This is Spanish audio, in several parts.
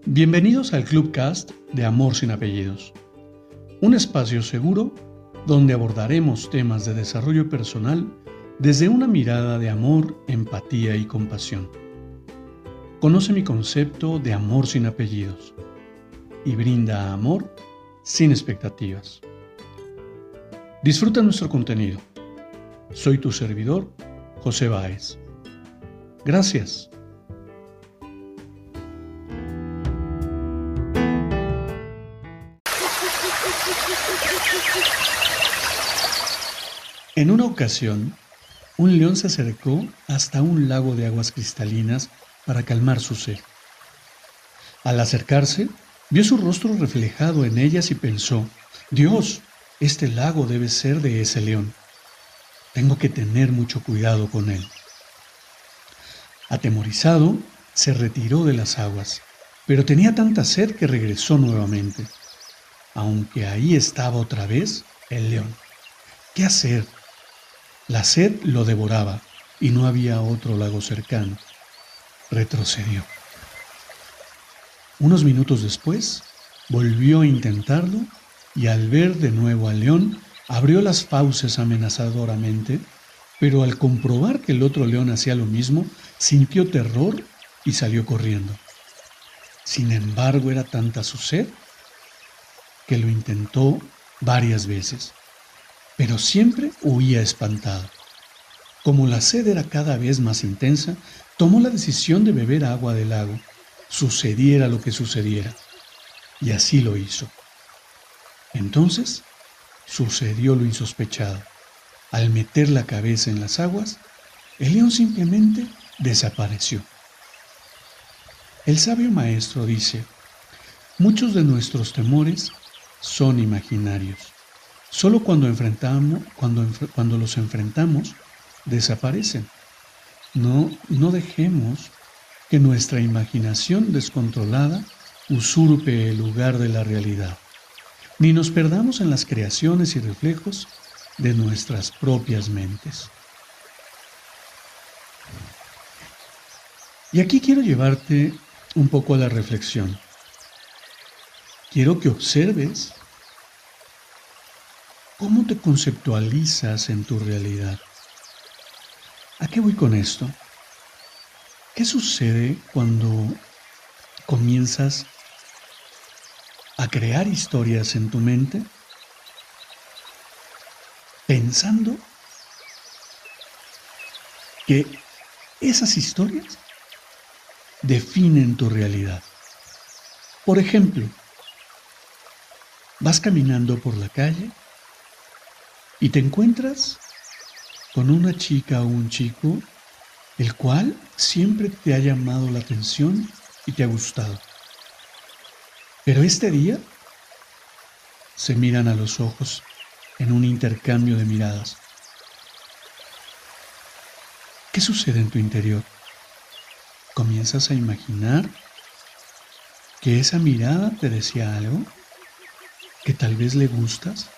Bienvenidos al Clubcast de Amor sin Apellidos, un espacio seguro donde abordaremos temas de desarrollo personal desde una mirada de amor, empatía y compasión. Conoce mi concepto de amor sin apellidos y brinda amor sin expectativas. Disfruta nuestro contenido. Soy tu servidor, José Báez. Gracias. En una ocasión, un león se acercó hasta un lago de aguas cristalinas para calmar su sed. Al acercarse, vio su rostro reflejado en ellas y pensó: «Dios, este lago debe ser de ese león. Tengo que tener mucho cuidado con él». Atemorizado, se retiró de las aguas, pero tenía tanta sed que regresó nuevamente. Aunque ahí estaba otra vez el león. ¿Qué hacer? La sed lo devoraba y no había otro lago cercano. Retrocedió. Unos minutos después, volvió a intentarlo y al ver de nuevo al león, abrió las fauces amenazadoramente, pero al comprobar que el otro león hacía lo mismo, sintió terror y salió corriendo. Sin embargo, era tanta su sed que lo intentó varias veces, pero siempre huía espantado. Como la sed era cada vez más intensa, tomó la decisión de beber agua del lago, sucediera lo que sucediera, y así lo hizo. Entonces, sucedió lo insospechado. Al meter la cabeza en las aguas, el león simplemente desapareció. El sabio maestro dice: muchos de nuestros temores son imaginarios. Solo cuando los enfrentamos, desaparecen. No dejemos que nuestra imaginación descontrolada usurpe el lugar de la realidad, ni nos perdamos en las creaciones y reflejos de nuestras propias mentes. Y aquí quiero llevarte un poco a la reflexión. Quiero que observes cómo te conceptualizas en tu realidad. ¿A qué voy con esto? ¿Qué sucede cuando comienzas a crear historias en tu mente pensando que esas historias definen tu realidad? Por ejemplo, vas caminando por la calle y te encuentras con una chica o un chico el cual siempre te ha llamado la atención y te ha gustado. Pero este día se miran a los ojos en un intercambio de miradas. ¿Qué sucede en tu interior? ¿Comienzas a imaginar que esa mirada te decía algo? ¿Que tal vez le gustas?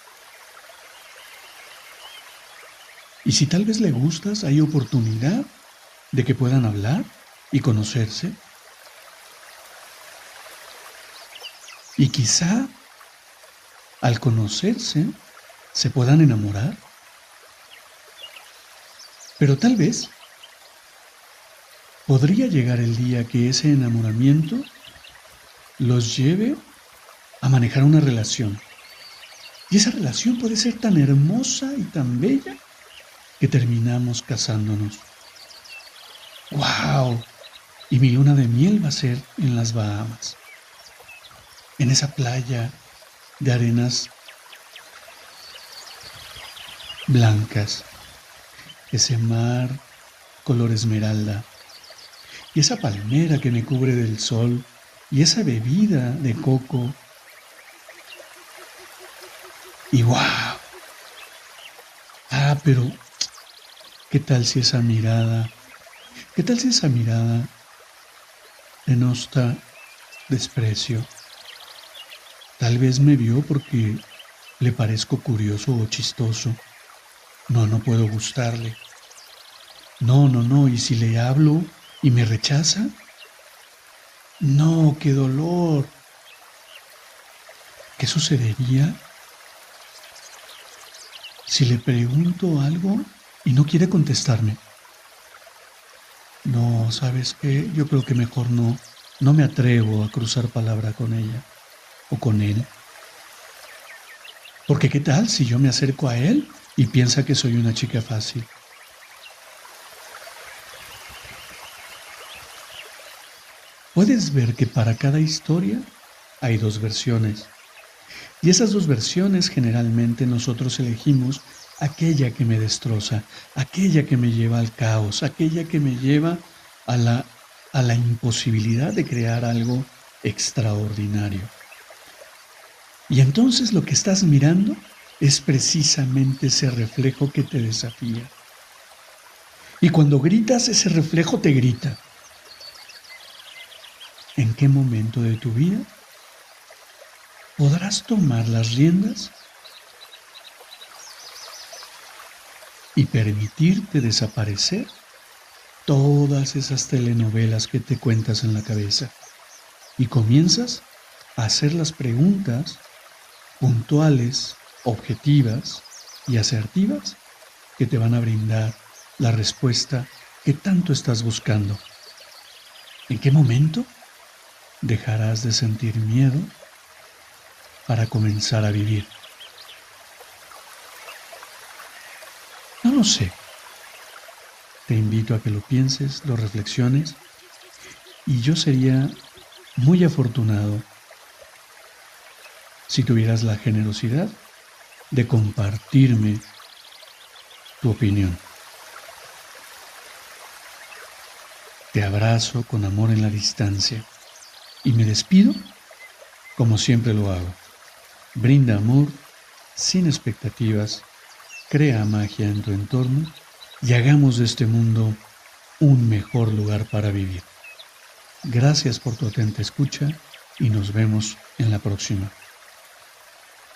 Y si tal vez le gustas, hay oportunidad de que puedan hablar y conocerse. Y quizá al conocerse se puedan enamorar. Pero tal vez podría llegar el día que ese enamoramiento los lleve a manejar una relación. Y esa relación puede ser tan hermosa y tan bella que terminamos casándonos. ¡Wow! Y mi luna de miel va a ser en las Bahamas, en esa playa de arenas blancas, ese mar color esmeralda, y esa palmera que me cubre del sol, y esa bebida de coco. Y ¡wow! Pero ¿qué tal si esa mirada denota desprecio? Tal vez me vio porque le parezco curioso o chistoso. No puedo gustarle. No, y si le hablo y me rechaza, No, qué dolor. ¿Qué sucedería si le pregunto algo y no quiere contestarme? No, ¿sabes qué? Yo creo que mejor no. No me atrevo a cruzar palabra con ella o con él. Porque ¿qué tal si yo me acerco a él y piensa que soy una chica fácil? Puedes ver que para cada historia hay dos versiones. Y esas dos versiones generalmente nosotros elegimos aquella que me destroza, aquella que me lleva al caos, aquella que me lleva a la imposibilidad de crear algo extraordinario. Y entonces lo que estás mirando es precisamente ese reflejo que te desafía. Y cuando gritas, ese reflejo te grita. ¿En qué momento de tu vida podrás tomar las riendas y permitirte desaparecer todas esas telenovelas que te cuentas en la cabeza y comienzas a hacer las preguntas puntuales, objetivas y asertivas que te van a brindar la respuesta que tanto estás buscando? ¿En qué momento dejarás de sentir miedo para comenzar a vivir? No lo sé. Te invito a que lo pienses, lo reflexiones, y yo sería muy afortunado si tuvieras la generosidad de compartirme tu opinión. Te abrazo con amor en la distancia y me despido como siempre lo hago. Brinda amor sin expectativas, crea magia en tu entorno y hagamos de este mundo un mejor lugar para vivir. Gracias por tu atenta escucha y nos vemos en la próxima.